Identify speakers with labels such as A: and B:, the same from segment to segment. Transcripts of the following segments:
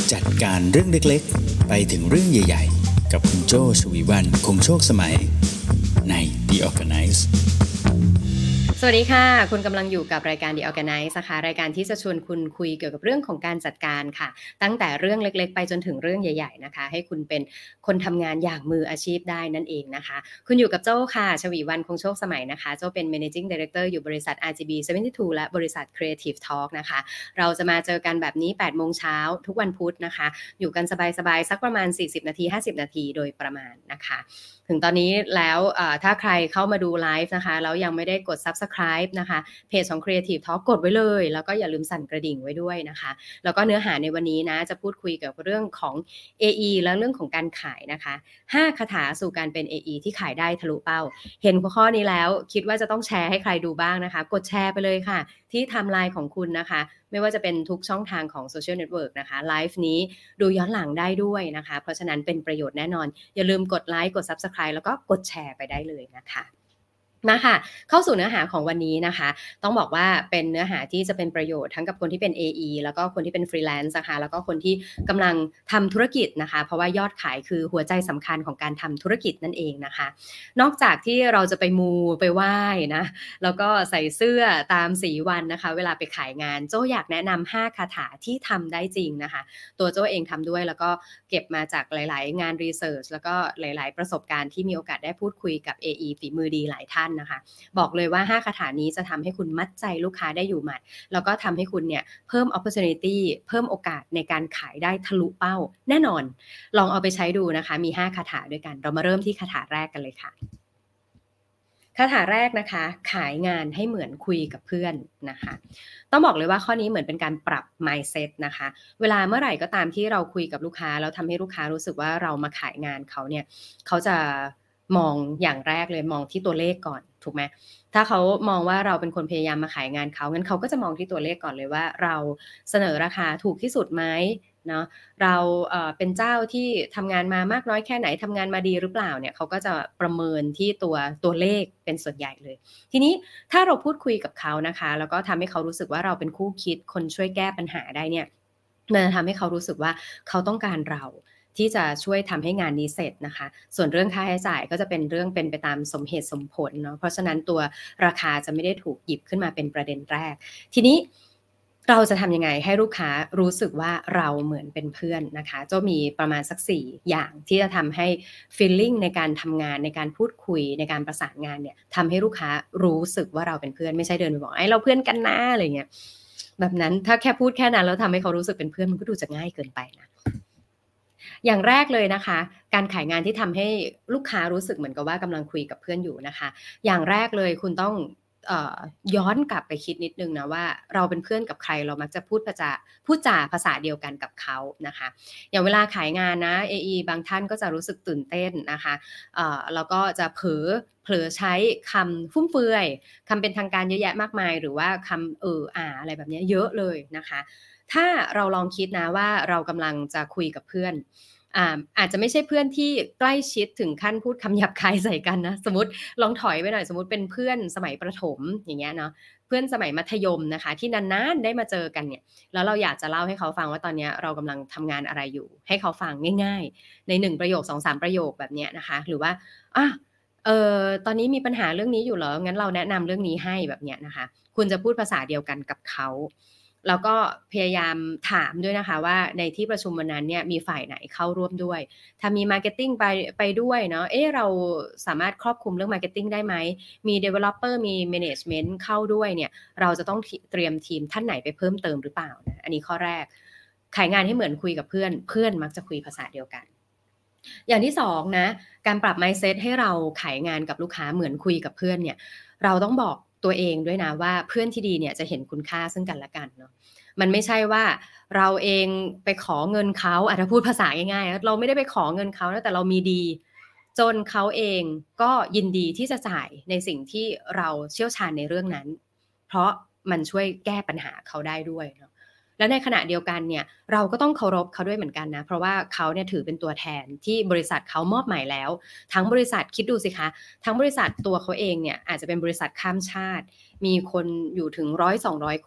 A: จัดการเรื่องเล็กๆไปถึงเรื่องใหญ่ๆกับคุณโจ้ชวีวรรณคงโชคสมัยใน The Organize
B: สวัสดีค่ะคุณกำลังอยู่กับรายการ The Organize นะคะรายการที่จะชวนคุณคุยเกี่ยวกับเรื่องของการจัดการค่ะตั้งแต่เรื่องเล็กๆไปจนถึงเรื่องใหญ่ๆนะคะให้คุณเป็นคนทำงานอย่างมืออาชีพได้นั่นเองนะคะคุณอยู่กับโจ้ค่ะชวีวรรณคงโชคสมัยนะคะโจ้เป็น Managing Director อยู่บริษัท RGB 72และบริษัท Creative Talk นะคะเราจะมาเจอกันแบบนี้ 8 โมงเช้าทุกวันพุธนะคะอยู่กันสบายๆสักประมาณ40นาที50นาทีโดยประมาณนะคะถึงตอนนี้แล้วถ้าใครเข้ามาดูไลฟ์นะคะแล้วยังไม่ได้กด Subscribe นะคะเพจของ Creative Talk กดไว้เลยแล้วก็อย่าลืมสั่นกระดิ่งไว้ด้วยนะคะแล้วก็เนื้อหาในวันนี้นะจะพูดคุยเกี่ยวกับเรื่องของ AE และเรื่องของการขายนะคะ5คาถาสู่การเป็น AE ที่ขายได้ทะลุเป้าเห็นหัวข้อนี้แล้วคิดว่าจะต้องแชร์ให้ใครดูบ้างนะคะกดแชร์ไปเลยค่ะที่ไทม์ไลน์ของคุณนะคะไม่ว่าจะเป็นทุกช่องทางของโซเชียลเน็ตเวิร์กนะคะไลฟ์นี้ดูย้อนหลังได้ด้วยนะคะเพราะฉะนั้นเป็นประโยชน์แน่นอนอย่าลืมกดไลค์กด Subscribe แล้วก็กดแชร์ไปได้เลยนะคะมาค่ะเข้าสู่เนื้อหาของวันนี้นะคะต้องบอกว่าเป็นเนื้อหาที่จะเป็นประโยชน์ทั้งกับคนที่เป็น AE แล้วก็คนที่เป็นฟรีแลนซ์นะคะแล้วก็คนที่กำลังทำธุรกิจนะคะเพราะว่ายอดขายคือหัวใจสำคัญของการทำธุรกิจนั่นเองนะคะนอกจากที่เราจะไปมูไปไหว้นะแล้วก็ใส่เสื้อตามสีวันนะคะเวลาไปขายงานโจ้อยากแนะนำ5คาถาที่ทำได้จริงนะคะตัวโจ้เองทำด้วยแล้วก็เก็บมาจากหลายๆงานรีเสิร์ชแล้วก็หลายๆประสบการณ์ที่มีโอกาสได้พูดคุยกับ AE ฝีมือดีหลายท่านนะคะบอกเลยว่า5คาถานี้จะทำให้คุณมัดใจลูกค้าได้อยู่หมัดแล้วก็ทำให้คุณเนี่ยเพิ่ม opportunity เพิ่มโอกาสในการขายได้ทะลุเป้าแน่นอนลองเอาไปใช้ดูนะคะมี5คาถาด้วยกันเรามาเริ่มที่คาถาแรกกันเลยค่ะคาถาแรกนะคะขายงานให้เหมือนคุยกับเพื่อนนะคะต้องบอกเลยว่าข้อนี้เหมือนเป็นการปรับ mindset นะคะเวลาเมื่อไหร่ก็ตามที่เราคุยกับลูกค้าแล้วทำให้ลูกค้ารู้สึกว่าเรามาขายงานเขาเนี่ยเขาจะมองอย่างแรกเลยมองที่ตัวเลขก่อนถูกไหมถ้าเขามองว่าเราเป็นคนพยายามมาขายงานเขางั้นเขาก็จะมองที่ตัวเลขก่อนเลยว่าเราเสนอราคาถูกที่สุดไหมเนาะเราเป็นเจ้าที่ทำงานมามากน้อยแค่ไหนทำงานมาดีหรือเปล่าเนี่ยเขาก็จะประเมินที่ตัวเลขเป็นส่วนใหญ่เลยทีนี้ถ้าเราพูดคุยกับเขานะคะแล้วก็ทำให้เขารู้สึกว่าเราเป็นคู่คิดคนช่วยแก้ปัญหาได้เนี่ยมันจะทำให้เขารู้สึกว่าเขาต้องการเราที่จะช่วยทำให้งานนี้เสร็จนะคะส่วนเรื่องค่าใช้จ่ายก็จะเป็นเรื่องเป็นไปตามสมเหตุสมผลเนาะเพราะฉะนั้นตัวราคาจะไม่ได้ถูกหยิบขึ้นมาเป็นประเด็นแรกทีนี้เราจะทำยังไงให้ลูกค้ารู้สึกว่าเราเหมือนเป็นเพื่อนนะคะจะมีประมาณสัก4อย่างที่จะทำให้ feeling ในการทำงานในการพูดคุยในการประสานงานเนี่ยทำให้ลูกค้ารู้สึกว่าเราเป็นเพื่อนไม่ใช่เดินไปบอกไอ้เราเพื่อนกันนะอะไรเงี้ยแบบนั้นถ้าแค่พูดแค่นั้นแล้วทำให้เขารู้สึกเป็นเพื่อนมันก็ดูจะง่ายเกินไปนะอย่างแรกเลยนะคะการขายงานที่ทำให้ลูกค้ารู้สึกเหมือนกับว่ากำลังคุยกับเพื่อนอยู่นะคะอย่างแรกเลยคุณต้องย้อนกลับไปคิดนิดนึงนะว่าเราเป็นเพื่อนกับใครเรามักจะพูดจาภาษาเดียวกันกับเขานะคะอย่างเวลาขายงานนะ AE บางท่านก็จะรู้สึกตื่นเต้นนะคะแล้วก็จะเผลอใช้คำฟุ่มเฟือยคำเป็นทางการเยอะแยะมากมายหรือว่าคำอะไรแบบนี้เยอะเลยนะคะถ้าเราลองคิดนะว่าเรากำลังจะคุยกับเพื่อนอาจจะไม่ใช่เพื่อนที่ใกล้ชิดถึงขั้นพูดคำหยาบคายใส่กันนะสมมติลองถอยไปหน่อยสมมติเป็นเพื่อนสมัยประถมอย่างเงี้ยเนาะเพื่อนสมัยมัธยมนะคะที่นานๆได้มาเจอกันเนี่ยแล้วเราอยากจะเล่าให้เขาฟังว่าตอนนี้เรากำลังทำงานอะไรอยู่ให้เขาฟังง่ายๆใน1ประโยค 2-3 ประโยคแบบเนี้ยนะคะหรือว่าตอนนี้มีปัญหาเรื่องนี้อยู่เหรองั้นเราแนะนำเรื่องนี้ให้แบบเนี้ยนะคะคุณจะพูดภาษาเดียวกันกับเขาแล้วก็พยายามถามด้วยนะคะว่าในที่ประชุมวันนั้นเนี่ยมีฝ่ายไหนเข้าร่วมด้วยถ้ามี marketing ไปด้วยเนาะเราสามารถครอบคลุมเรื่อง marketing ได้ไหมมี developer มี management เข้าด้วยเนี่ยเราจะต้องเตรียมทีมท่านไหนไปเพิ่มเติมหรือเปล่านะอันนี้ข้อแรกขายงานให้เหมือนคุยกับเพื่อนมักจะคุยภาษาเดียวกันอย่างที่2นะการปรับ mindset ให้เราขายงานกับลูกค้าเหมือนคุยกับเพื่อนเนี่ยเราต้องบอกตัวเองด้วยนะว่าเพื่อนที่ดีเนี่ยจะเห็นคุณค่าซึ่งกันและกันเนาะมันไม่ใช่ว่าเราเองไปขอเงินเขาถ้าพูดภาษาง่ายๆเราไม่ได้ไปขอเงินเขานะแต่เรามีดีจนเขาเองก็ยินดีที่จะจ่ายในสิ่งที่เราเชี่ยวชาญในเรื่องนั้นเพราะมันช่วยแก้ปัญหาเขาได้ด้วยเนาะ และในขณะเดียวกันเนี่ยเราก็ต้องเคารพเขาด้วยเหมือนกันนะเพราะว่าเขาเนี่ยถือเป็นตัวแทนที่บริษัทเขามอบหมายแล้วทั้งบริษัทคิดดูสิคะทั้งบริษัทตัวเขาเองเนี่ยอาจจะเป็นบริษัทข้ามชาติมีคนอยู่ถึง100-200 คน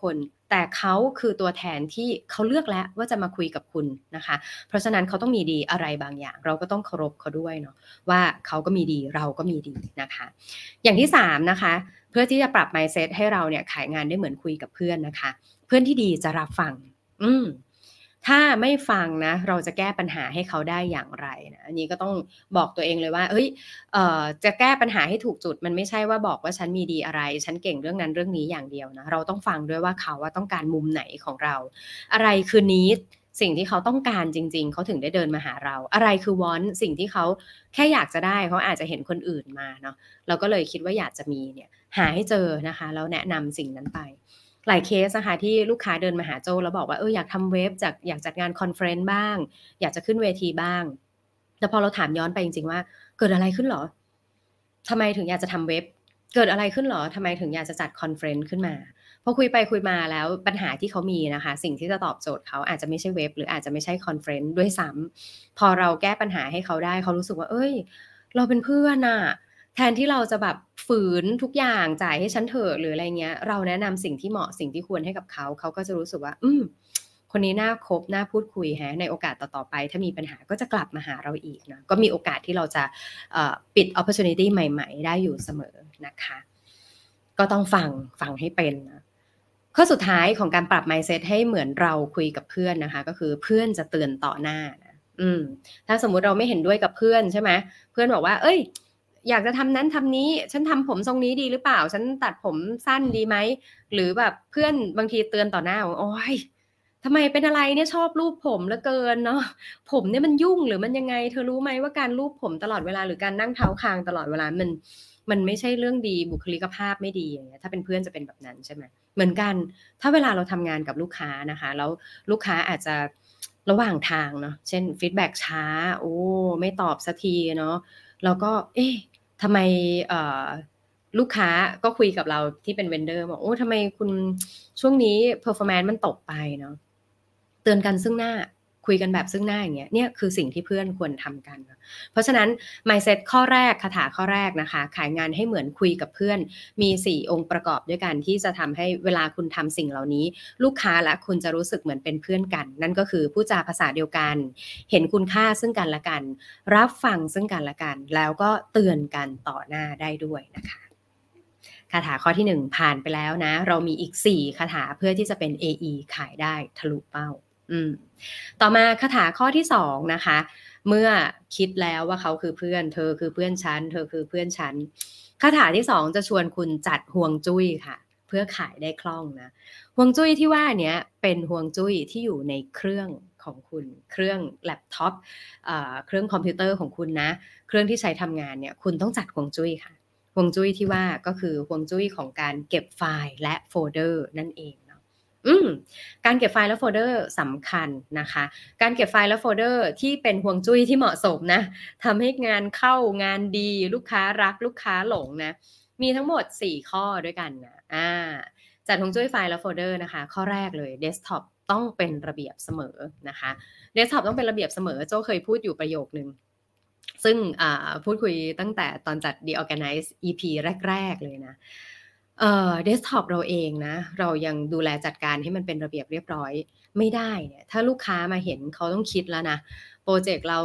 B: แต่เขาคือตัวแทนที่เขาเลือกแล้วว่าจะมาคุยกับคุณนะคะเพราะฉะนั้นเขาต้องมีดีอะไรบางอย่างเราก็ต้องเคารพเขาด้วยเนาะว่าเขาก็มีดีเราก็มีดีนะคะอย่างที่3นะคะเพื่อที่จะปรับ mindset ให้เราเนี่ยขายงานได้เหมือนคุยกับเพื่อนนะคะเพื่อนที่ดีจะรับฟังอืมถ้าไม่ฟังนะเราจะแก้ปัญหาให้เขาได้อย่างไรนะอันนี้ก็ต้องบอกตัวเองเลยว่าเฮ้ยจะแก้ปัญหาให้ถูกจุดมันไม่ใช่ว่าบอกว่าฉันมีดีอะไรฉันเก่งเรื่องนั้นเรื่องนี้อย่างเดียวนะเราต้องฟังด้วยว่าเขาว่าต้องการมุมไหนของเราอะไรคือ need สิ่งที่เขาต้องการจริงๆเขาถึงได้เดินมาหาเราอะไรคือ want สิ่งที่เขาแค่อยากจะได้เขาอาจจะเห็นคนอื่นมาเนาะเราก็เลยคิดว่าอยากจะมีเนี่ยหาให้เจอนะคะแล้วแนะนำสิ่งนั้นไปหลายเคสนะคะที่ลูกค้าเดินมาหาโจ้แล้วบอกว่าอยากทำเว็บอยากจัดงานคอนเฟอเรนซ์บ้างอยากจะขึ้นเวทีบ้างแต่พอเราถามย้อนไปจริงๆว่าเกิดอะไรขึ้นเหรอทำไมถึงอยากจะทำเว็บเกิดอะไรขึ้นเหรอทำไมถึงอยากจะจัดคอนเฟอเรนซ์ขึ้นมาพอคุยไปคุยมาแล้วปัญหาที่เขามีนะคะสิ่งที่จะตอบโจทย์เขาอาจจะไม่ใช่เว็บหรืออาจจะไม่ใช่คอนเฟอเรนซ์ด้วยซ้ำพอเราแก้ปัญหาให้เขาได้เขารู้สึกว่าเราเป็นเพื่อนน่ะแทนที่เราจะแบบฝืนทุกอย่างจ่ายให้ฉันเถอะหรืออะไรเงี้ยเราแนะนำสิ่งที่เหมาะสิ่งที่ควรให้กับเขาเขาก็จะรู้สึกว่าคนนี้น่าคบน่าพูดคุยแฮะในโอกาสต่อๆไปถ้ามีปัญหาก็จะกลับมาหาเราอีกนะก็มีโอกาสที่เราจะปิด opportunity ใหม่ๆได้อยู่เสมอนะคะก็ต้องฟังให้เป็นนะข้อสุดท้ายของการปรับ mindset ให้เหมือนเราคุยกับเพื่อนนะคะก็คือเพื่อนจะเตือนต่อหน้านะถ้าสมมุติเราไม่เห็นด้วยกับเพื่อนใช่ไหมเพื่อนบอกว่าอยากจะทำนั้นทำนี้ฉันทำผมทรงนี้ดีหรือเปล่าฉันตัดผมสั้นดีไหมหรือแบบเพื่อนบางทีเตือนต่อหน้าโอ๊ยทำไมเป็นอะไรเนี่ยชอบรูปผมเหลือเกินเนาะผมเนี่ยมันยุ่งหรือมันยังไงเธอรู้ไหมว่าการรูปผมตลอดเวลาหรือการนั่งเท้าคางตลอดเวลามันไม่ใช่เรื่องดีบุคลิกภาพไม่ดีอย่างเงี้ยถ้าเป็นเพื่อนจะเป็นแบบนั้นใช่ไหมเหมือนกันถ้าเวลาเราทำงานกับลูกค้านะคะแล้วลูกค้าอาจจะระหว่างทางเนาะเช่นฟีดแบ็กช้าไม่ตอบสักทีเนาะแล้วก็ทำไมลูกค้าก็คุยกับเราที่เป็น vendor บอกทำไมคุณช่วงนี้ performance มันตกไปเนาะเตือนกันซึ่งหน้าคุยกันแบบซึ่งหน้าอย่างเงี้ยเนี่ยคือสิ่งที่เพื่อนควรทำกันนะเพราะฉะนั้น mindset ข้อแรกคาถาข้อแรกนะคะขายงานให้เหมือนคุยกับเพื่อนมี4องค์ประกอบด้วยกันที่จะทำให้เวลาคุณทำสิ่งเหล่านี้ลูกค้าและคุณจะรู้สึกเหมือนเป็นเพื่อนกันนั่นก็คือพูดจาภาษาเดียวกันเห็นคุณค่าซึ่งกันและกันรับฟังซึ่งกันและกันแล้วก็เตือนกันต่อหน้าได้ด้วยนะคะคาถาข้อที่1ผ่านไปแล้วนะเรามีอีก4คาถาเพื่อที่จะเป็น AE ขายได้ทะลุเป้าต่อมาคาถาข้อที่2นะคะเมื่อคิดแล้วว่าเขาคือเพื่อนเธอคือเพื่อนฉันเธอคือเพื่อนฉันคาถาที่2จะชวนคุณจัดฮวงจุ้ยค่ะเพื่อขายได้คล่องนะฮวงจุ้ยที่ว่าเนี้ยเป็นฮวงจุ้ยที่อยู่ในเครื่องของคุณเครื่องแล็ปท็อปเครื่องคอมพิวเตอร์ของคุณนะเครื่องที่ใช้ทำงานเนี่ยคุณต้องจัดฮวงจุ้ยค่ะฮวงจุ้ยที่ว่าก็คือฮวงจุ้ยของการเก็บไฟล์และโฟลเดอร์นั่นเองการเก็บไฟล์และโฟลเดอร์สำคัญนะคะการเก็บไฟล์และโฟลเดอร์ที่เป็นฮวงจุ้ยที่เหมาะสมนะทำให้งานเข้างานดีลูกค้ารักลูกค้าหลงนะมีทั้งหมด4ข้อด้วยกันนะจัดฮวงจุ้ยไฟล์และโฟลเดอร์นะคะข้อแรกเลยเดสก์ท็อปต้องเป็นระเบียบเสมอนะคะเดสก์ท็อปต้องเป็นระเบียบเสมอโจ้เคยพูดอยู่ประโยคนึงซึ่งพูดคุยตั้งแต่ตอนจัด The Organize EP แรกๆเลยนะเดสก์ท็อปเราเองนะเรายังดูแลจัดการให้มันเป็นระเบียบเรียบร้อยไม่ได้เนี่ยถ้าลูกค้ามาเห็นเขาต้องคิดแล้วนะโปรเจกต์เรา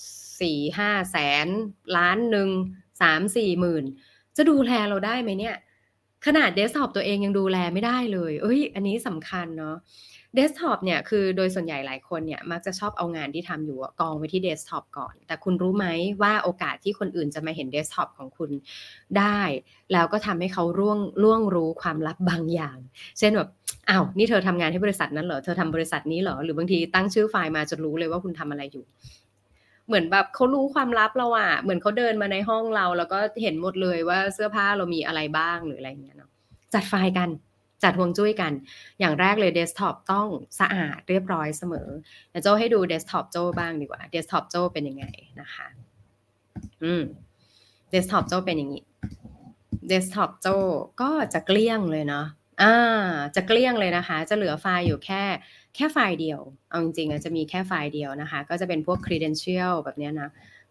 B: 4-5 แสนล้านหนึ่ง 3-4 หมื่นจะดูแลเราได้ไหมเนี่ยขนาดเดสก์ท็อปตัวเองยังดูแลไม่ได้เลยอันนี้สำคัญเนาะเดสก์ท็อปเนี่ยคือโดยส่วนใหญ่หลายคนเนี่ยมักจะชอบเอางานที่ทำอยู่กองไว้ที่เดสก์ท็อปก่อนแต่คุณรู้ไหมว่าโอกาสที่คนอื่นจะมาเห็นเดสก์ท็อปของคุณได้แล้วก็ทำให้เขาล่วงรู้ความลับบางอย่างเช่นแบบอ้าวนี่เธอทำงานให้บริษัทนั้นเหรอเธอทำบริษัทนี้เหรอหรือบางทีตั้งชื่อไฟล์มาจนรู้เลยว่าคุณทำอะไรอยู่เหมือนแบบเขารู้ความลับเราอะเหมือนเขาเดินมาในห้องเราแล้วก็เห็นหมดเลยว่าเสื้อผ้าเรามีอะไรบ้างหรืออะไรอย่างเงี้ยเนาะจัดไฟล์กันจัดฮวงจุ้ยกันอย่างแรกเลยเดสก์ท็อปต้องสะอาดเรียบร้อยเสมอเดี๋ยวโจ้ให้ดูเดสก์ท็อปโจ้บ้างดีกว่าเดสก์ท็อปโจ้เป็นยังไงนะคะเดสก์ท็อปโจ้เป็นอย่างนี้เดสก์ท็อปโจ้ก็จะเกลี้ยงเลยเนาะจะเกลี้ยงเลยนะคะจะเหลือไฟล์อยู่แค่ไฟล์เดียวเอาจริงๆจะมีแค่ไฟล์เดียวนะคะก็จะเป็นพวก credential แบบนี้นะ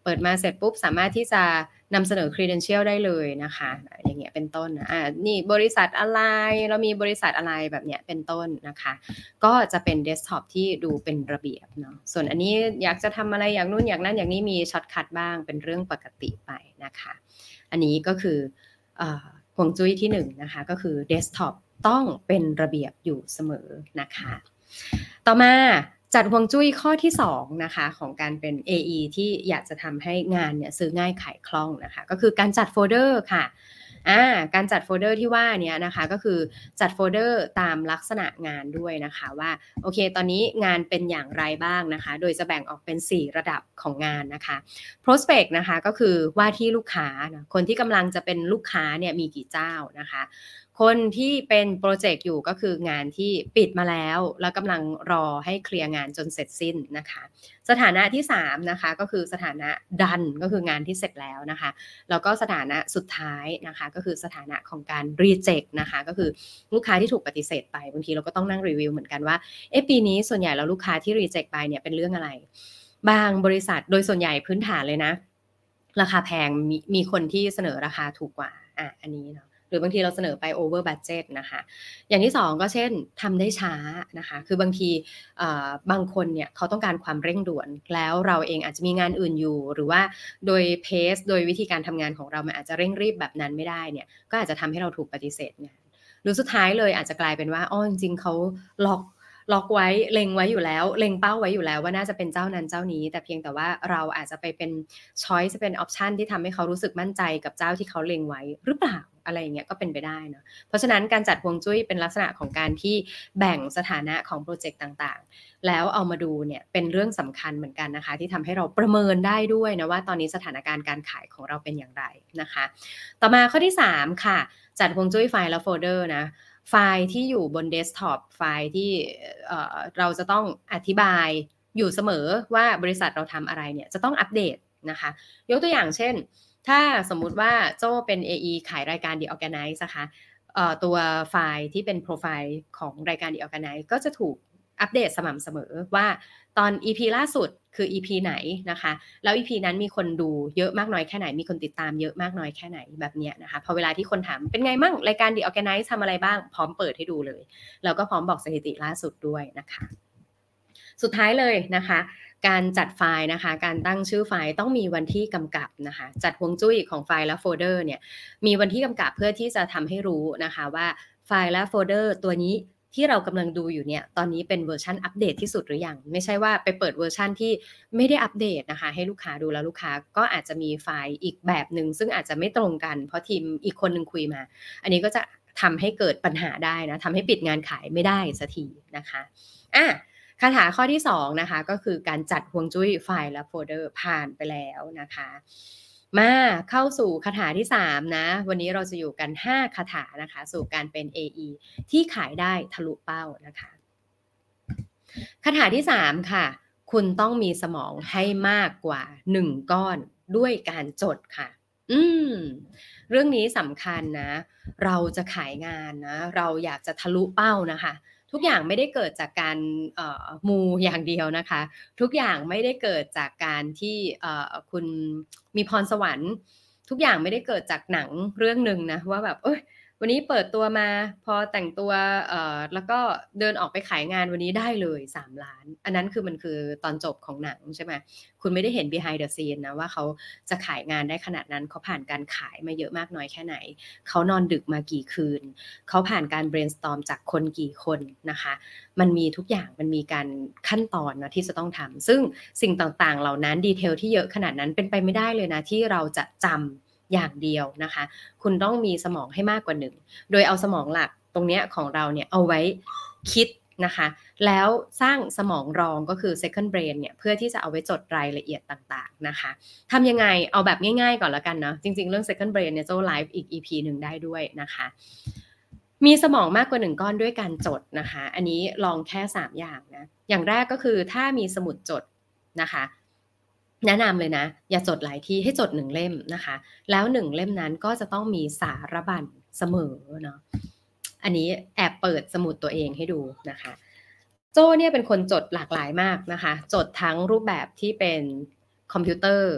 B: เปิดมาเสร็จปุ๊บสามารถที่จะนำเสนอ credential ได้เลยนะคะอย่างเงี้ยเป็นต้นนะนี่บริษัทอะไรเรามีบริษัทอะไรแบบเนี้ยเป็นต้นนะคะก็จะเป็นเดสก์ท็อปที่ดูเป็นระเบียบเนาะส่วนอันนี้อยากจะทำอะไรอย่างนู้นอย่างนั้นอย่างนี้มีช็อตคัทบ้างเป็นเรื่องปกติไปนะคะอันนี้ก็คือฮวงจุ้ยที่1นะคะก็คือเดสก์ท็อปต้องเป็นระเบียบอยู่เสมอนะคะต่อมาจัดฮวงจุ้ยข้อที่2นะคะของการเป็น AE ที่อยากจะทำให้งานเนี่ยซื้อง่ายขายคล่องนะคะก็คือการจัดโฟลเดอร์ค่ะการจัดโฟลเดอร์ที่ว่านี้นะคะก็คือจัดโฟลเดอร์ตามลักษณะงานด้วยนะคะว่าโอเคตอนนี้งานเป็นอย่างไรบ้างนะคะโดยจะแบ่งออกเป็น4ระดับของงานนะคะ prospect นะคะก็คือว่าที่ลูกค้านะคนที่กำลังจะเป็นลูกค้าเนี่ยมีกี่เจ้านะคะคนที่เป็นโปรเจกต์อยู่ก็คืองานที่ปิดมาแล้วแล้วกำลังรอให้เคลียร์งานจนเสร็จสิ้นนะคะสถานะที่3นะคะก็คือสถานะ done ก็คืองานที่เสร็จแล้วนะคะแล้วก็สถานะสุดท้ายนะคะก็คือสถานะของการ reject นะคะก็คือลูกค้าที่ถูกปฏิเสธไปบางทีเราก็ต้องนั่งรีวิวเหมือนกันว่าปีนี้ส่วนใหญ่แล้วลูกค้าที่ reject ไปเนี่ยเป็นเรื่องอะไรบางบริษัทโดยส่วนใหญ่พื้นฐานเลยนะราคาแพงมีคนที่เสนอราคาถูกกว่าอันนี้เนาะหรือบางทีเราเสนอไป over budget นะคะอย่างที่2ก็เช่นทำได้ช้านะคะคือบางทีบางคนเนี่ยเขาต้องการความเร่งด่วนแล้วเราเองอาจจะมีงานอื่นอยู่หรือว่าโดยเพสโดยวิธีการทำงานของเรามันอาจจะเร่งรีบแบบนั้นไม่ได้เนี่ยก็อาจจะทำให้เราถูกปฏิเสธงานหรือสุดท้ายเลยอาจจะกลายเป็นว่าจริงๆเขาล็อกไว้เล็งไว้อยู่แล้วเล็งเป้าไว้อยู่แล้วว่าน่าจะเป็นเจ้านั้นเจ้านี้แต่เพียงแต่ว่าเราอาจจะไปเป็น choice เป็น option ที่ทำให้เขารู้สึกมั่นใจกับเจ้าที่เขาเล็งไว้หรือเปล่าอะไรอย่างเงี้ยก็เป็นไปได้เนาะเพราะฉะนั้นการจัดฮวงจุ้ยเป็นลักษณะของการที่แบ่งสถานะของโปรเจกต์ต่างๆแล้วเอามาดูเนี่ยเป็นเรื่องสำคัญเหมือนกันนะคะที่ทำให้เราประเมินได้ด้วยนะว่าตอนนี้สถานการณ์การขายของเราเป็นอย่างไรนะคะต่อมาข้อที่3ค่ะจัดฮวงจุ้ยไฟล์และโฟลเดอร์นะไฟล์ที่อยู่บนเดสก์ท็อปไฟล์ที่เราจะต้องอธิบายอยู่เสมอว่าบริษัทเราทำอะไรเนี่ยจะต้องอัปเดตนะคะยกตัวอย่างเช่นถ้าสมมุติว่าโจ้เป็น AE ขายรายการ The Organize นะคะตัวไฟล์ที่เป็นโปรไฟล์ของรายการ The Organize ก็จะถูกอัปเดตสม่ำเสมอว่าตอน EP ล่าสุดคือ EP ไหนนะคะแล้ว EP นั้นมีคนดูเยอะมากน้อยแค่ไหนมีคนติดตามเยอะมากน้อยแค่ไหนแบบเนี้ยนะคะพอเวลาที่คนถามเป็นไงมั่งรายการ The Organize ทำอะไรบ้างพร้อมเปิดให้ดูเลยแล้วก็พร้อมบอกสถิติล่าสุดด้วยนะคะสุดท้ายเลยนะคะการจัดไฟล์นะคะการตั้งชื่อไฟล์ต้องมีวันที่กำกับนะคะจัดฮวงจุ้ยของไฟล์และโฟลเดอร์เนี่ยมีวันที่กำกับเพื่อที่จะทำให้รู้นะคะว่าไฟล์และโฟลเดอร์ตัวนี้ที่เรากำลังดูอยู่เนี่ยตอนนี้เป็นเวอร์ชันอัปเดตที่สุดหรือยังไม่ใช่ว่าไปเปิดเวอร์ชันที่ไม่ได้อัปเดตนะคะให้ลูกค้าดูแล้วลูกค้าก็อาจจะมีไฟล์อีกแบบหนึ่งซึ่งอาจจะไม่ตรงกันเพราะทีมอีกคนนึงคุยมาอันนี้ก็จะทำให้เกิดปัญหาได้นะทำให้ปิดงานขายไม่ได้สักทีนะคะคาถาข้อที่2นะคะก็คือการจัดฮวงจุ้ยไฟล์และโฟลเดอร์ผ่านไปแล้วนะคะมาเข้าสู่คาถาที่3นะวันนี้เราจะอยู่กัน5คาถานะคะสู่การเป็น AE ที่ขายได้ทะลุเป้านะคะคาถาที่3ค่ะคุณต้องมีสมองให้มากกว่า1ก้อนด้วยการจดค่ะเรื่องนี้สำคัญนะเราจะขายงานนะเราอยากจะทะลุเป้านะคะทุกอย่างไม่ได้เกิดจากการมูอย่างเดียวนะคะทุกอย่างไม่ได้เกิดจากการที่คุณมีพรสวรรค์ทุกอย่างไม่ได้เกิดจากหนังเรื่องหนึ่งนะว่าแบบวันนี้เปิดตัวมาพอแต่งตัวแล้วก็เดินออกไปขายงานวันนี้ได้เลย3ล้านอันนั้นคือมันคือตอนจบของหนังใช่ไหมคุณไม่ได้เห็น behind the scene นะว่าเขาจะขายงานได้ขนาดนั้นเขาผ่านการขายมาเยอะมากน้อยแค่ไหนเขานอนดึกมากี่คืนเขาผ่านการ brainstorm จากคนกี่คนนะคะมันมีทุกอย่างมันมีการขั้นตอนนะที่จะต้องทำซึ่งสิ่งต่างๆเหล่านั้นดีเทลที่เยอะขนาดนั้นเป็นไปไม่ได้เลยนะที่เราจะจำอย่างเดียวนะคะคุณต้องมีสมองให้มากกว่า1โดยเอาสมองหลักตรงเนี้ยของเราเนี่ยเอาไว้คิดนะคะแล้วสร้างสมองรองก็คือ second brain เนี่ยเพื่อที่จะเอาไว้จดรายละเอียดต่างๆนะคะทำยังไงเอาแบบง่ายๆก่อนแล้วกันเนาะจริงๆเรื่อง second brain เนี่ยจะไลฟ์อีก EP หนึ่งได้ด้วยนะคะมีสมองมากกว่า1ก้อนด้วยการจดนะคะอันนี้ลองแค่3อย่างนะอย่างแรกก็คือถ้ามีสมุดจดนะคะแนะนำเลยนะอย่าจดหลายที่ให้จด1เล่มนะคะแล้ว1เล่มนั้นก็จะต้องมีสารบัญเสมอเนาะอันนี้แอบเปิดสมุดตัวเองให้ดูนะคะโจ้เนี่ยเป็นคนจดหลากหลายมากนะคะจดทั้งรูปแบบที่เป็นคอมพิวเตอร์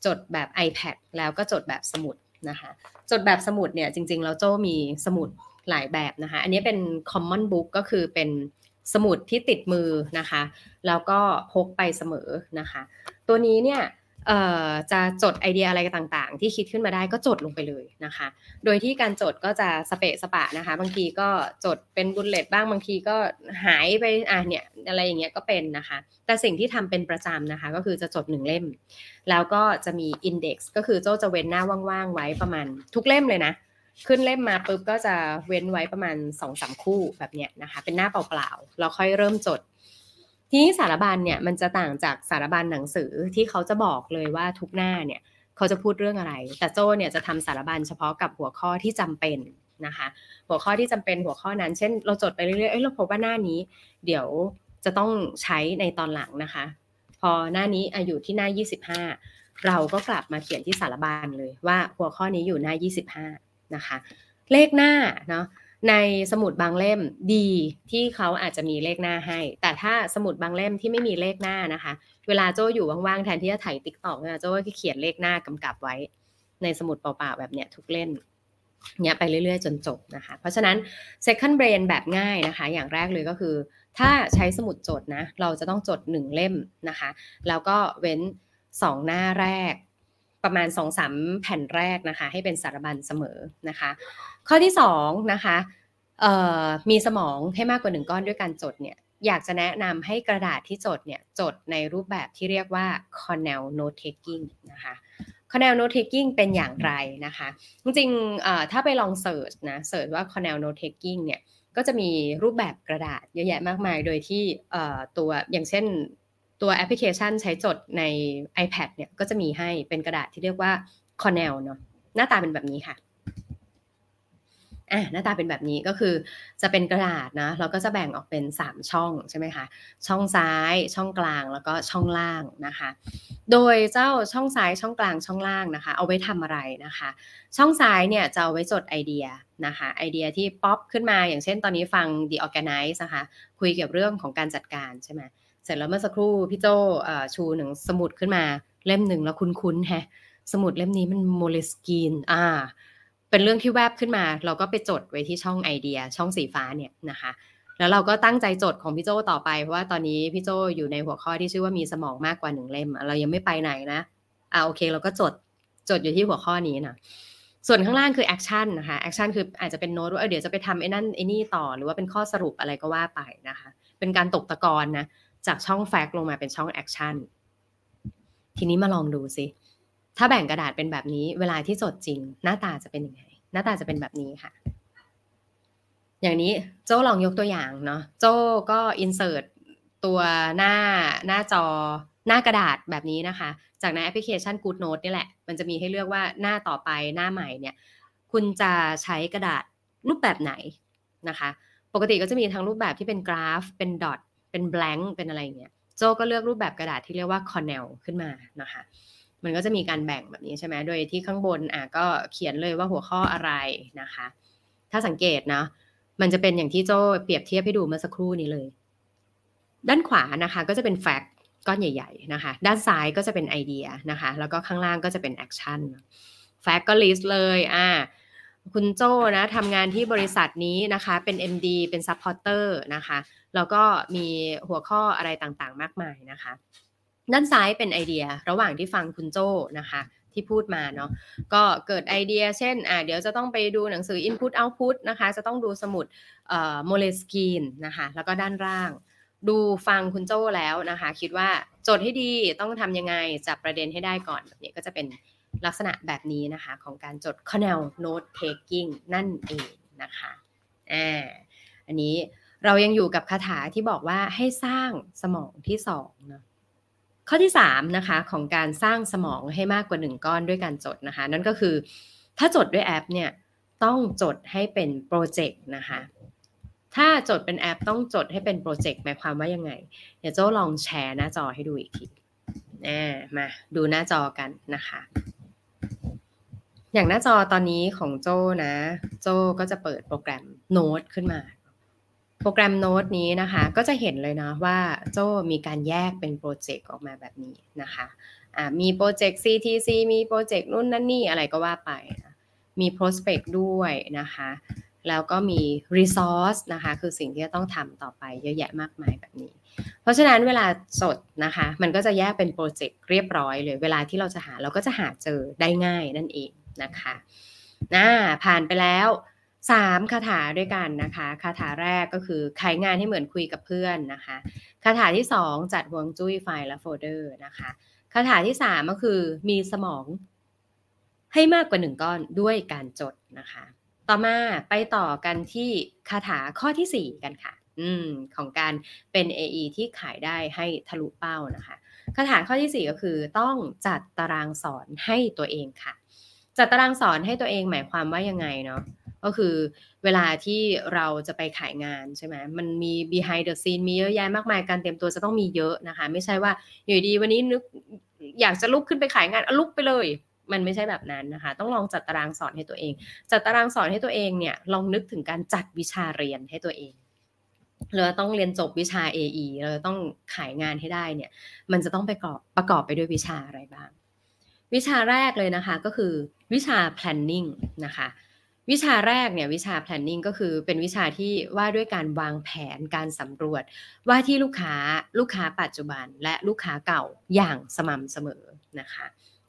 B: จดแบบ iPad แล้วก็จดแบบสมุดนะคะจดแบบสมุดเนี่ยจริงๆแล้วโจ้มีสมุดหลายแบบนะคะอันนี้เป็น common book ก็คือเป็นสมุดที่ติดมือนะคะแล้วก็พกไปเสมอนะคะตัวนี้เนี่ยจะจดไอเดียอะไรต่างๆที่คิดขึ้นมาได้ก็จดลงไปเลยนะคะโดยที่การจดก็จะสเปะสปะนะคะบางทีก็จดเป็นบุลเลตบ้างบางทีก็หายไปเนี่ยอะไรอย่างเงี้ยก็เป็นนะคะแต่สิ่งที่ทำเป็นประจำนะคะก็คือจะจด1เล่มแล้วก็จะมีอินเด็กซ์ก็คือโจ้จะเว้นหน้าว่างๆไว้ประมาณทุกเล่มเลยนะขึ้นเล่มมาปุ๊บก็จะเว้นไว้ประมาณ 2-3 คู่แบบเนี้ยนะคะเป็นหน้าเปล่าๆแล้วค่อยเริ่มจดทีนี้สารบัญเนี่ยมันจะต่างจากสารบัญหนังสือที่เขาจะบอกเลยว่าทุกหน้าเนี่ยเขาจะพูดเรื่องอะไรแต่โจ้เนี่ยจะทำสารบัญเฉพาะกับหัวข้อที่จำเป็นนะคะหัวข้อที่จำเป็นหัวข้อนั้นเช่นเราจดไปเรื่อยๆเราพบว่าหน้านี้เดี๋ยวจะต้องใช้ในตอนหลังนะคะพอหน้านี้อยู่ที่หน้า25เราก็กลับมาเขียนที่สารบัญเลยว่าหัวข้อนี้อยู่หน้า25นะคะเลขหน้าเนาะในสมุดบางเล่มดีที่เขาอาจจะมีเลขหน้าให้แต่ถ้าสมุดบางเล่มที่ไม่มีเลขหน้านะคะเวลาโจ้อยู่ว่างๆแทนที่จะถ่าย TikTok เนี่ยโจ้ก็เขียนเลขหน้ากำกับไว้ในสมุดเปล่าๆแบบเนี้ยทุกเล่มเนี่ยไปเรื่อยๆจนจบนะคะเพราะฉะนั้น second brain แบบง่ายนะคะอย่างแรกเลยก็คือถ้าใช้สมุดจดนะเราจะต้องจด1เล่มนะคะแล้วก็เว้น2หน้าแรกประมาณ 2-3 แผ่นแรกนะคะให้เป็นสารบัญเสมอนะคะข้อที่2นะคะมีสมองให้มากกว่า1ก้อนด้วยการจดเนี่ยอยากจะแนะนำให้กระดาษที่จดเนี่ยจดในรูปแบบที่เรียกว่า Cornell note taking นะคะ Cornell note taking เป็นอย่างไรนะคะจริงๆถ้าไปลองเสิร์ชนะเสิร์ชว่า Cornell note taking เนี่ยก็จะมีรูปแบบกระดาษเยอะแยะมากมายโดยที่ตัวอย่างเช่นตัวแอปพลิเคชันใช้จดใน iPad เนี่ยก็จะมีให้เป็นกระดาษที่เรียกว่า Cornell เนาะหน้าตาเป็นแบบนี้ค่ะหน้าตาเป็นแบบนี้ก็คือจะเป็นกระดาษนะแล้วก็จะแบ่งออกเป็น3ช่องใช่ไหมคะช่องซ้ายช่องกลางแล้วก็ช่องล่างนะคะโดยเจ้าช่องซ้ายช่องกลางช่องล่างนะคะเอาไว้ทำอะไรนะคะช่องซ้ายเนี่ยจะเอาไว้จดไอเดียนะคะไอเดียที่ป๊อปขึ้นมาอย่างเช่นตอนนี้ฟัง The Organize นะคะคุยเกี่ยวกับเรื่องของการจัดการใช่ไหมเสร็จแล้วเมื่อสักครู่พี่โจชูหนังสมุดขึ้นมาเล่มหนึ่งแล้วคุ้นๆแฮะสมุดเล่มนี้มันโมเลสกีนเป็นเรื่องที่แวบขึ้นมาเราก็ไปจดไว้ที่ช่องไอเดียช่องสีฟ้าเนี่ยนะคะแล้วเราก็ตั้งใจจดของพี่โจต่อไปเพราะว่าตอนนี้พี่โจอยู่ในหัวข้อที่ชื่อว่ามีสมองมากกว่า1เล่มเรายังไม่ไปไหนนะโอเคเราก็จดอยู่ที่หัวข้อนี้นะส่วนข้างล่างคือแอคชั่นนะคะแอคชั่นคืออาจจะเป็นโน้ตว่าเดี๋ยวจะไปทำไอ้นั่นไอ้นี่ต่อหรือว่าเป็นข้อสรุปอะไรก็ว่าไปนะคะเป็นการตกตะกอนนะจากช่องแฟกต์ลงมาเป็นช่องแอคชั่นทีนี้มาลองดูสิถ้าแบ่งกระดาษเป็นแบบนี้เวลาที่จดจริงหน้าตาจะเป็นยังไงหน้าตาจะเป็นแบบนี้ค่ะอย่างนี้โจ้ลองยกตัวอย่างเนาะโจ้ก็ insert ตัวหน้าจอหน้ากระดาษแบบนี้นะคะจากในแอปพลิเคชัน Good Note นี่แหละมันจะมีให้เลือกว่าหน้าต่อไปหน้าใหม่เนี่ยคุณจะใช้กระดาษรูปแบบไหนนะคะปกติก็จะมีทั้งรูปแบบที่เป็นกราฟเป็นดอทเป็นแบงค์เป็นอะไรอย่างเงี้ยโจ้ก็เลือกรูปแบบกระดาษที่เรียกว่า Cornell ขึ้นมานะคะมันก็จะมีการแบ่งแบบนี้ใช่ไหมโดยที่ข้างบนก็เขียนเลยว่าหัวข้ออะไรนะคะถ้าสังเกตนะมันจะเป็นอย่างที่โจ้เปรียบเทียบให้ดูเมื่อสักครู่นี้เลยด้านขวานะคะก็จะเป็นแฟกต์ก้อนใหญ่ๆนะคะด้านซ้ายก็จะเป็นไอเดียนะคะแล้วก็ข้างล่างก็จะเป็นแอคชั่นแฟกต์ก็ลิสต์เลยคุณโจ้นะทำงานที่บริษัทนี้นะคะเป็น MD เป็น Supporter นะคะแล้วก็มีหัวข้ออะไรต่างๆมากมายนะคะด้านซ้ายเป็นไอเดียระหว่างที่ฟังคุณโจ้นะคะที่พูดมาเนาะก็เกิดไอเดียเช่นเดี๋ยวจะต้องไปดูหนังสือ Input Output นะคะจะต้องดูสมุดMoleskine นะคะแล้วก็ด้านล่างดูฟังคุณโจ้แล้วนะคะคิดว่าจดให้ดีต้องทำยังไงจับประเด็นให้ได้ก่อนแบบนี้ก็จะเป็นลักษณะแบบนี้นะคะของการจด Cornell note taking นั่นเองนะคะอันนี้เรายังอยู่กับคาถาที่บอกว่าให้สร้างสมองที่2เนาะข้อที่3นะคะของการสร้างสมองให้มากกว่า1ก้อนด้วยการจดนะคะนั่นก็คือถ้าจดด้วยแอปเนี่ยต้องจดให้เป็นโปรเจกต์นะคะถ้าจดเป็นแอปต้องจดให้เป็นโปรเจกต์หมายความว่ายังไงเดี๋ยวโจ้ลองแชร์หน้าจอให้ดูอีกทีมาดูหน้าจอกันนะคะอย่างหน้าจอตอนนี้ของโจ้นะโจ้ก็จะเปิดโปรแกรมโน้ตขึ้นมาโปรแกรมโน้ตนี้นะคะก็จะเห็นเลยนะว่าโจ้มีการแยกเป็นโปรเจกต์ออกมาแบบนี้นะคะมีโปรเจกต์ CTC มีโปรเจกต์นู่นนั่นนี่อะไรก็ว่าไปนะมี prospect ด้วยนะคะแล้วก็มี resource นะคะคือสิ่งที่จะต้องทำต่อไปเยอะแยะมากมายแบบนี้เพราะฉะนั้นเวลาสดนะคะมันก็จะแยกเป็นโปรเจกต์เรียบร้อยเลยเวลาที่เราจะหาเราก็จะหาเจอได้ง่ายนั่นเองนะคะผ่านไปแล้ว3คาถาด้วยกันนะคะคาถาแรกก็คือขายงานให้เหมือนคุยกับเพื่อนนะคะคาถาที่2จัดฮวงจุ้ยไฟล์และโฟลเดอร์นะคะคาถาที่3ก็คือมีสมองให้มากกว่า1ก้อนด้วยการจดนะคะต่อมาไปต่อกันที่คาถาข้อที่4กันค่ะของการเป็น AE ที่ขายได้ให้ทะลุเป้านะคะคาถาข้อที่4ก็คือต้องจัดตารางสอนให้ตัวเองค่ะจัดตารางสอนให้ตัวเองหมายความว่ายังไงเนาะก็คือเวลาที่เราจะไปขายงานใช่ไหมมันมี behind the scene มีเยอะแยะมากมายการเตรียมตัวจะต้องมีเยอะนะคะไม่ใช่ว่าอยู่ดีวันนี้นึกอยากจะลุกขึ้นไปขายงานลุกไปเลยมันไม่ใช่แบบนั้นนะคะต้องลองจัดตารางสอนให้ตัวเองจัดตารางสอนให้ตัวเองเนี่ยลองนึกถึงการจัดวิชาเรียนให้ตัวเองเราต้องเรียนจบวิชา AE เราต้องขายงานให้ได้เนี่ยมันจะต้องประกอบไปด้วยวิชาอะไรบ้างวิชาแรกเลยนะคะก็คือวิชา planning นะคะวิชาแรกเนี่ยวิชา planning ก็คือเป็นวิชาที่ว่าด้วยการวางแผนการสำรวจว่าที่ลูกค้าปัจจุบันและลูกค้าเก่าอย่างสม่ำเสมอนะคะ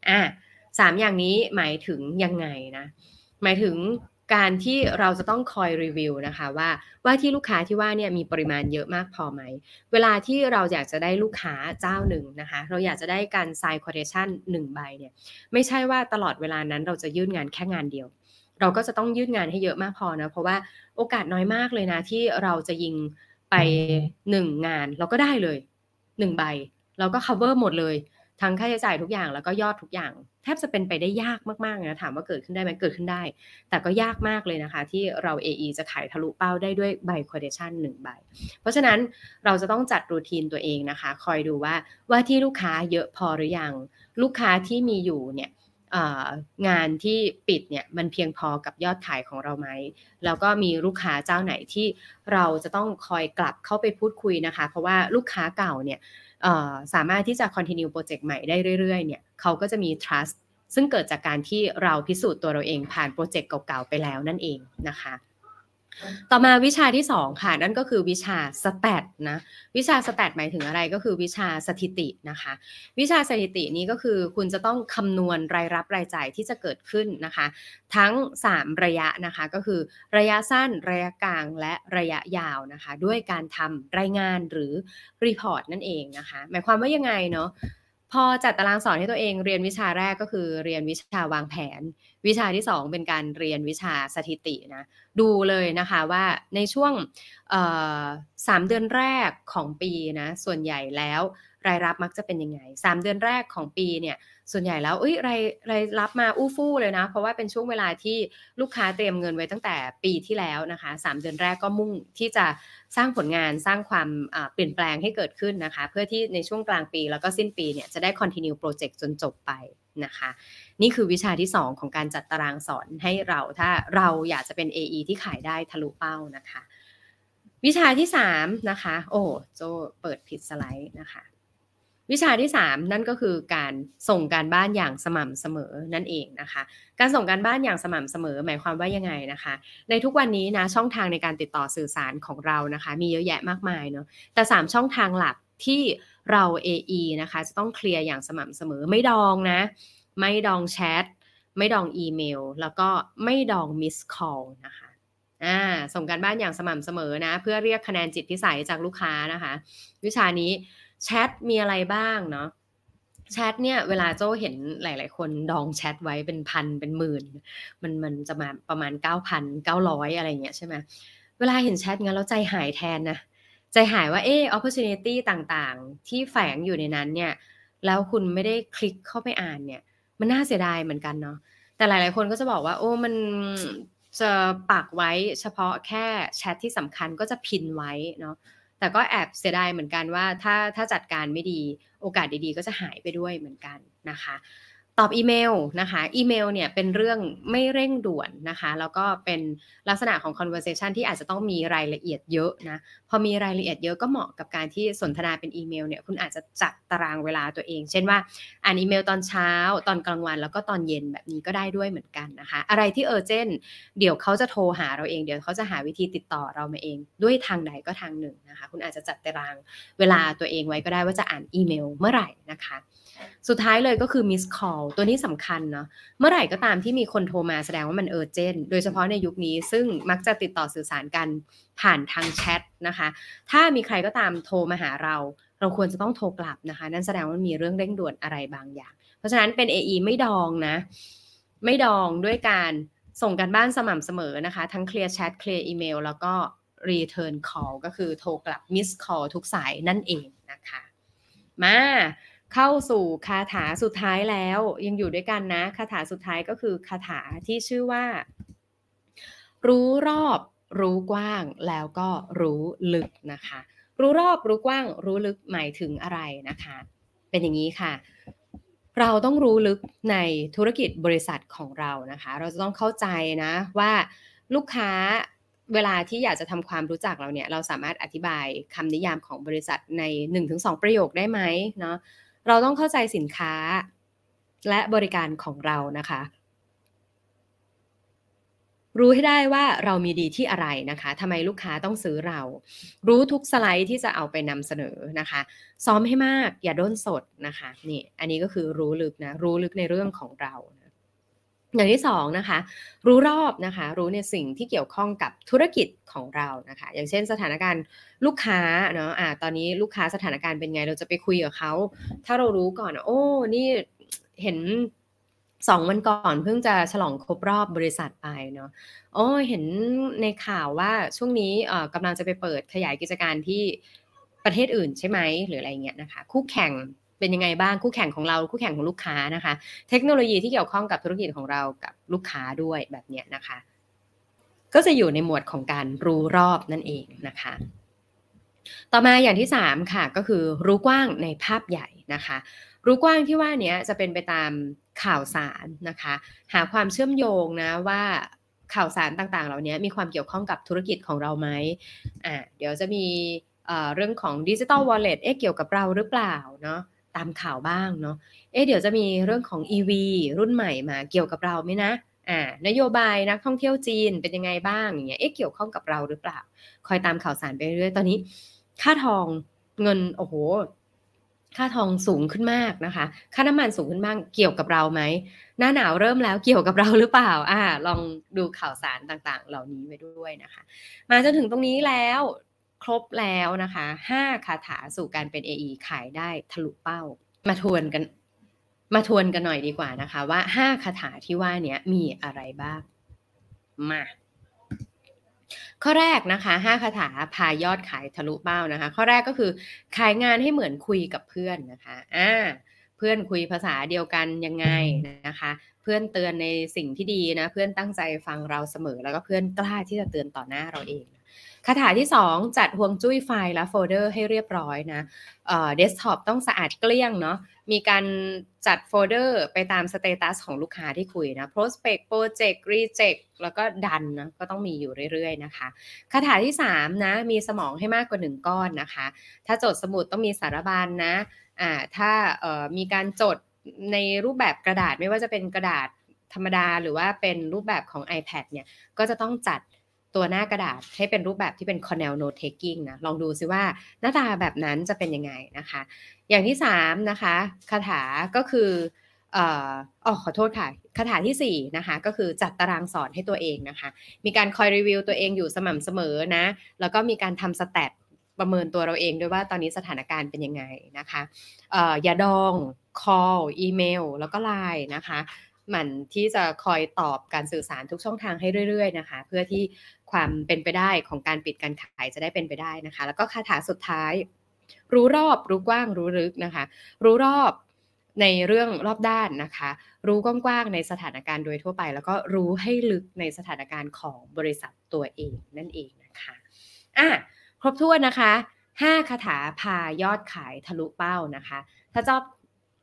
B: 3อย่างนี้หมายถึงยังไงนะหมายถึงการที่เราจะต้องคอยรีวิวนะคะว่าที่ลูกค้าที่ว่าเนี่ยมีปริมาณเยอะมากพอไหมเวลาที่เราอยากจะได้ลูกค้าเจ้าหนึ่งนะคะเราอยากจะได้การ sign quotation 1 ใบเนี่ยไม่ใช่ว่าตลอดเวลานั้นเราจะยื่นงานแค่งานเดียวเราก็จะต้องยื่นงานให้เยอะมากพอนะเพราะว่าโอกาสน้อยมากเลยนะที่เราจะยิงไป1งานเราก็ได้เลย1ใบเราก็ cover หมดเลยทั้งค่าใช้จ่ายทุกอย่างแล้วก็ยอดทุกอย่างแทบจะเป็นไปได้ยากมากๆนะถามว่าเกิดขึ้นได้ไหมเกิดขึ้นได้แต่ก็ยากมากเลยนะคะที่เรา AE จะขายทะลุเป้าได้ด้วยใบ quotation 1 ใบเพราะฉะนั้นเราจะต้องจัดรูทีนตัวเองนะคะคอยดูว่าที่ลูกค้าเยอะพอหรือยังลูกค้าที่มีอยู่เนี่ยงานที่ปิดเนี่ยมันเพียงพอกับยอดขายของเราไหมแล้วก็มีลูกค้าเจ้าไหนที่เราจะต้องคอยกลับเข้าไปพูดคุยนะคะเพราะว่าลูกค้าเก่าเนี่ยสามารถที่จะ continue โปรเจกต์ใหม่ได้เรื่อยๆเนี่ยเขาก็จะมี trust ซึ่งเกิดจากการที่เราพิสูจน์ตัวเราเองผ่านโปรเจกต์เก่าๆไปแล้วนั่นเองนะคะต่อมาวิชาที่2ค่ะนั่นก็คือวิชา stat นะวิชา stat หมายถึงอะไรก็คือวิชาสถิตินะคะวิชาสถิตินี้ก็คือคุณจะต้องคำนวณรายรับรายจ่ายที่จะเกิดขึ้นนะคะทั้ง3ระยะนะคะก็คือระยะสั้นระยะกลางและระยะยาวนะคะด้วยการทำรายงานหรือรีพอร์ตนั่นเองนะคะหมายความว่ายังไงเนาะพอจัดตารางสอนให้ตัวเองเรียนวิชาแรกก็คือเรียนวิชาวางแผนวิชาที่2เป็นการเรียนวิชาสถิตินะดูเลยนะคะว่าในช่วง3 เดือนแรกของปีนะส่วนใหญ่แล้วรายรับมักจะเป็นยังไง3 เดือนแรกของปีเนี่ยส่วนใหญ่แล้วรายรับมาอู้ฟู่เลยนะเพราะว่าเป็นช่วงเวลาที่ลูกค้าเตรียมเงินไว้ตั้งแต่ปีที่แล้วนะคะ3 เดือนแรกก็มุ่งที่จะสร้างผลงานสร้างความเปลี่ยนแปลงให้เกิดขึ้นนะคะเพื่อที่ในช่วงกลางปีแล้วก็สิ้นปีเนี่ยจะได้ continue project จนจบไปนะคะนี่คือวิชาที่2ของการจัดตารางสอนให้เราถ้าเราอยากจะเป็น AE ที่ขายได้ทะลุเป้านะคะวิชาที่3นะคะโอ้โจเปิดผิดสไลด์นะคะวิชาที่3นั่นก็คือการส่งการบ้านอย่างสม่ำเสมอนั่นเองนะคะการส่งการบ้านอย่างสม่ำเสมอหมายความว่ายังไงนะคะในทุกวันนี้นะช่องทางในการติดต่อสื่อสารของเรานะคะมีเยอะแยะมากมายเนาะแต่3ช่องทางหลักที่เรา AE นะคะจะต้องเคลียร์อย่างสม่ำเสมอไม่ดองนะไม่ดองแชทไม่ดองอีเมลแล้วก็ไม่ดองมิสคอลนะคะส่งการบ้านอย่างสม่ำเสมอนะเพื่อเรียกคะแนนจิตพิสัยจากลูกค้านะคะวิชานี้แชทมีอะไรบ้างเนาะแชทเนี่ยเวลาโจ้เห็นหลายๆคนดองแชทไว้เป็นพันเป็นหมื่นมันจะมาประมาณ 9,900 อะไรอย่างเงี้ยใช่ไหมเวลาเห็นแชทงั้นแล้วใจหายแทนนะใจหายว่าopportunity ต่างๆที่แฝงอยู่ในนั้นเนี่ยแล้วคุณไม่ได้คลิกเข้าไปอ่านเนี่ยมันน่าเสียดายเหมือนกันเนาะแต่หลายๆคนก็จะบอกว่ามันจะปักไว้เฉพาะแค่แชทที่สำคัญก็จะพินไว้เนาะแต่ก็แอบเสียดายเหมือนกันว่าถ้าจัดการไม่ดีโอกาสดีๆก็จะหายไปด้วยเหมือนกันนะคะตอบอีเมลนะคะอีเมลเนี่ยเป็นเรื่องไม่เร่งด่วนนะคะแล้วก็เป็นลักษณะของ conversation ที่อาจจะต้องมีรายละเอียดเยอะนะพอมีรายละเอียดเยอะก็เหมาะกับการที่สนทนาเป็นอีเมลเนี่ยคุณอาจจะจัดตารางเวลาตัวเองเช่นว่าอ่านอีเมลตอนเช้าตอนกลางวันแล้วก็ตอนเย็นแบบนี้ก็ได้ด้วยเหมือนกันนะคะอะไรที่urgent เดี๋ยวเขาจะโทรหาเราเองเดี๋ยวเขาจะหาวิธีติดต่อเรามาเองด้วยทางใดก็ทางหนึ่งนะคะคุณอาจจะจัดตารางเวลาตัวเองไว้ก็ได้ว่าจะอ่านอีเมลเมื่อไหร่นะคะสุดท้ายเลยก็คือ miss call ตัวนี้สำคัญเนาะเมื่อไหร่ก็ตามที่มีคนโทรมาแสดงว่ามัน urgent โดยเฉพาะในยุคนี้ซึ่งมักจะติดต่อสื่อสารกันผ่านทางแชทนะคะถ้ามีใครก็ตามโทรมาหาเราควรจะต้องโทรกลับนะคะนั่นแสดงว่ามีเรื่องเร่งด่วนอะไรบางอย่างเพราะฉะนั้นเป็น AE ไม่ดองนะไม่ดองด้วยการส่งกันบ้านสม่ำเสมอนะคะทั้ง clear chat clear email แล้วก็ return call ก็คือโทรกลับ miss call ทุกสายนั่นเองนะคะมาเข้าสู่คาถาสุดท้ายแล้วยังอยู่ด้วยกันนะคาถาสุดท้ายก็คือคาถาที่ชื่อว่ารู้รอบรู้กว้างแล้วก็รู้ลึกนะคะรู้รอบรู้กว้างรู้ลึกหมายถึงอะไรนะคะเป็นอย่างนี้ค่ะเราต้องรู้ลึกในธุรกิจบริษัทของเรานะคะเราจะต้องเข้าใจนะว่าลูกค้าเวลาที่อยากจะทำความรู้จักเราเนี่ยเราสามารถอธิบายคำนิยามของบริษัทใน 1-2 ประโยคได้ไหมเนาะเราต้องเข้าใจสินค้าและบริการของเรานะคะรู้ให้ได้ว่าเรามีดีที่อะไรนะคะทำไมลูกค้าต้องซื้อเรารู้ทุกสไลด์ที่จะเอาไปนำเสนอนะคะซ้อมให้มากอย่าด้นสดนะคะนี่อันนี้ก็คือรู้ลึกนะรู้ลึกในเรื่องของเรานะอย่างที่2นะคะรู้รอบนะคะรู้ในสิ่งที่เกี่ยวข้องกับธุรกิจของเรานะคะอย่างเช่นสถานการณ์ลูกค้าเนาะตอนนี้ลูกค้าสถานการณ์เป็นไงเราจะไปคุยกับเขาถ้าเรารู้ก่อนโอ้นี่เห็น2 วันก่อนเพิ่งจะฉลองครบรอบบริษัทไปเนาะ โอ้เห็นในข่าวว่าช่วงนี้กำลังจะไปเปิดขยายกิจการที่ประเทศอื่นใช่ไหมหรืออะไรเงี้ยนะคะคู่แข่งเป็นยังไงบ้างคู่แข่งของเราคู่แข่งของลูกค้านะคะเทคโนโลยีที่เกี่ยวข้องกับธุรกิจของเรากับลูกค้าด้วยแบบเนี้ยนะคะก็จะอยู่ในหมวดของการรู้รอบนั่นเองนะคะต่อมาอย่างที่3ค่ะก็คือรู้กว้างในภาพใหญ่นะคะรู้กว้างที่ว่านี้จะเป็นไปตามข่าวสารนะคะหาความเชื่อมโยงนะว่าข่าวสารต่างๆเหล่านี้มีความเกี่ยวข้องกับธุรกิจของเราไหมเดี๋ยวจะมีเรื่องของ Digital Wallet เกี่ยวกับเราหรือเปล่าเนาะตามข่าวบ้างเนาะเดี๋ยวจะมีเรื่องของ EV รุ่นใหม่มาเกี่ยวกับเราไหมนะนโยบายนักท่องเที่ยวจีนเป็นยังไงบ้างอย่างเงี้ยเกี่ยวข้องกับเราหรือเปล่าคอยตามข่าวสารไปเรื่อยๆตอนนี้ค่าทองเงินโอ้โฮค่าทองสูงขึ้นมากนะคะค่าน้ำมันสูงขึ้นบ้างเกี่ยวกับเราไหมหน้าหนาวเริ่มแล้วเกี่ยวกับเราหรือเปล่าลองดูข่าวสารต่างๆเหล่านี้ไว้ด้วยนะคะมาจนถึงตรงนี้แล้วครบแล้วนะคะ5คาถาสู่การเป็น AE ขายได้ทะลุเป้ามาทวนกันหน่อยดีกว่านะคะว่า5คาถาที่ว่าเนี้ยมีอะไรบ้างมาข้อแรกนะคะ5คาถาพายอดขายทะลุเป้านะคะข้อแรกก็คือขายงานให้เหมือนคุยกับเพื่อนนะคะเพื่อนคุยภาษาเดียวกันยังไงนะคะเพื่อนเตือนในสิ่งที่ดีนะเพื่อนตั้งใจฟังเราเสมอแล้วก็เพื่อนกล้าที่จะเตือนต่อหน้าเราเองคาถาที่2จัดฮวงจุ้ยไฟล์และโฟลเดอร์ให้เรียบร้อยนะเดสก์ท็อปต้องสะอาดเกลี้ยงเนาะมีการจัดโฟลเดอร์ไปตามสเตตัสของลูกค้าที่คุยนะ prospect project reject แล้วก็ดันนะก็ต้องมีอยู่เรื่อยๆนะคะคาถาที่3นะมีสมองให้มากกว่า1ก้อนนะคะถ้าจดสมุดต้องมีสารบัญนะถ้ามีการจดในรูปแบบกระดาษไม่ว่าจะเป็นกระดาษธรรมดาหรือว่าเป็นรูปแบบของ iPad เนี่ยก็จะต้องจัดตัวหน้ากระดาษให้เป็นรูปแบบที่เป็น Cornell Note Taking นะลองดูซิว่าหน้าตาแบบนั้นจะเป็นยังไงนะคะอย่างที่3นะคะคาถาก็คือขอโทษค่ะคาถาที่4นะคะก็คือจัดตารางสอนให้ตัวเองนะคะมีการคอยรีวิวตัวเองอยู่สม่ำเสมอนะแล้วก็มีการทำสแตทประเมินตัวเราเองด้วยว่าตอนนี้สถานการณ์เป็นยังไงนะคะอย่าดอง call อีเมลแล้วก็ LINE นะคะหมั่นที่จะคอยตอบการสื่อสารทุกช่องทางให้เรื่อยๆนะคะเพื่อที่ความเป็นไปได้ของการปิดการขายจะได้เป็นไปได้นะคะแล้วก็คาถาสุดท้ายรู้รอบรู้กว้างรู้ลึกนะคะรู้รอบในเรื่องรอบด้านนะคะรู้กว้างๆในสถานการณ์โดยทั่วไปแล้วก็รู้ให้ลึกในสถานการณ์ของบริษัทตัวเองนั่นเองนะคะครบถ้วนนะคะ5คาถาพายอดขายทะลุเป้านะคะถ้า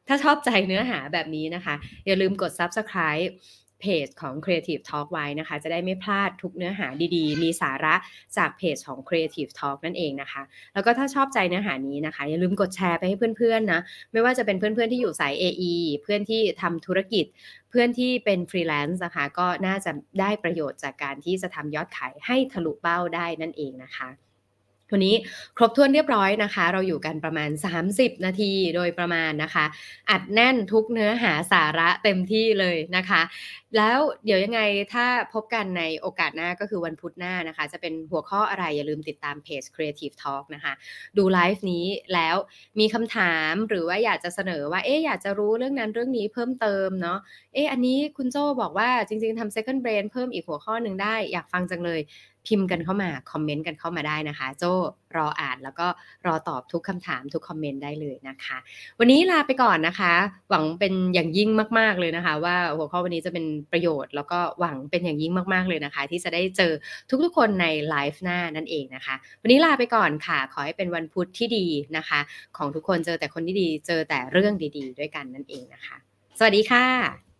B: ถ้าชอบใจเนื้อหาแบบนี้นะคะอย่าลืมกด Subscribe เพจของ Creative Talk ไว้นะคะจะได้ไม่พลาดทุกเนื้อหาดีๆมีสาระจากเพจของ Creative Talk นั่นเองนะคะแล้วก็ถ้าชอบใจเนื้อหานี้นะคะอย่าลืมกดแชร์ไปให้เพื่อนๆนะไม่ว่าจะเป็นเพื่อนๆที่อยู่สาย AE เพื่อนที่ทำธุรกิจเพื่อนที่เป็น Freelance นะคะก็น่าจะได้ประโยชน์จากการที่จะทำยอดขายให้ทะลุเป้าได้นั่นเองนะคะวันนี้ครบถ้วนเรียบร้อยนะคะเราอยู่กันประมาณ30นาทีโดยประมาณนะคะอัดแน่นทุกเนื้อหาสาระเต็มที่เลยนะคะแล้วเดี๋ยวยังไงถ้าพบกันในโอกาสหน้าก็คือวันพุธหน้านะคะจะเป็นหัวข้ออะไรอย่าลืมติดตามเพจ Creative Talk นะคะดูไลฟ์นี้แล้วมีคำถามหรือว่าอยากจะเสนอว่าอยากจะรู้เรื่องนั้นเรื่องนี้เพิ่มเติมเนาะอันนี้คุณโจ้บอกว่าจริงๆทำ Second Brain เพิ่มอีกหัวข้อหนึ่งได้อยากฟังจังเลยพิมพ์กันเข้ามาคอมเมนต์กันเข้ามาได้นะคะโจ้รออ่านแล้วก็รอตอบทุกคำถามทุกคอมเมนต์ได้เลยนะคะวันนี้ลาไปก่อนนะคะหวังเป็นอย่างยิ่งมากๆเลยนะคะว่าหัวข้อวันนี้จะเป็นประโยชน์แล้วก็หวังเป็นอย่างยิ่งมากๆเลยนะคะที่จะได้เจอทุกๆคนในไลฟ์หน้านั่นเองนะคะวันนี้ลาไปก่อนค่ะขอให้เป็นวันพุธที่ดีนะคะของทุกคนเจอแต่คนที่ดีเจอแต่เรื่องดีๆด้วยกันนั่นเองนะคะสวัสดีค่ะ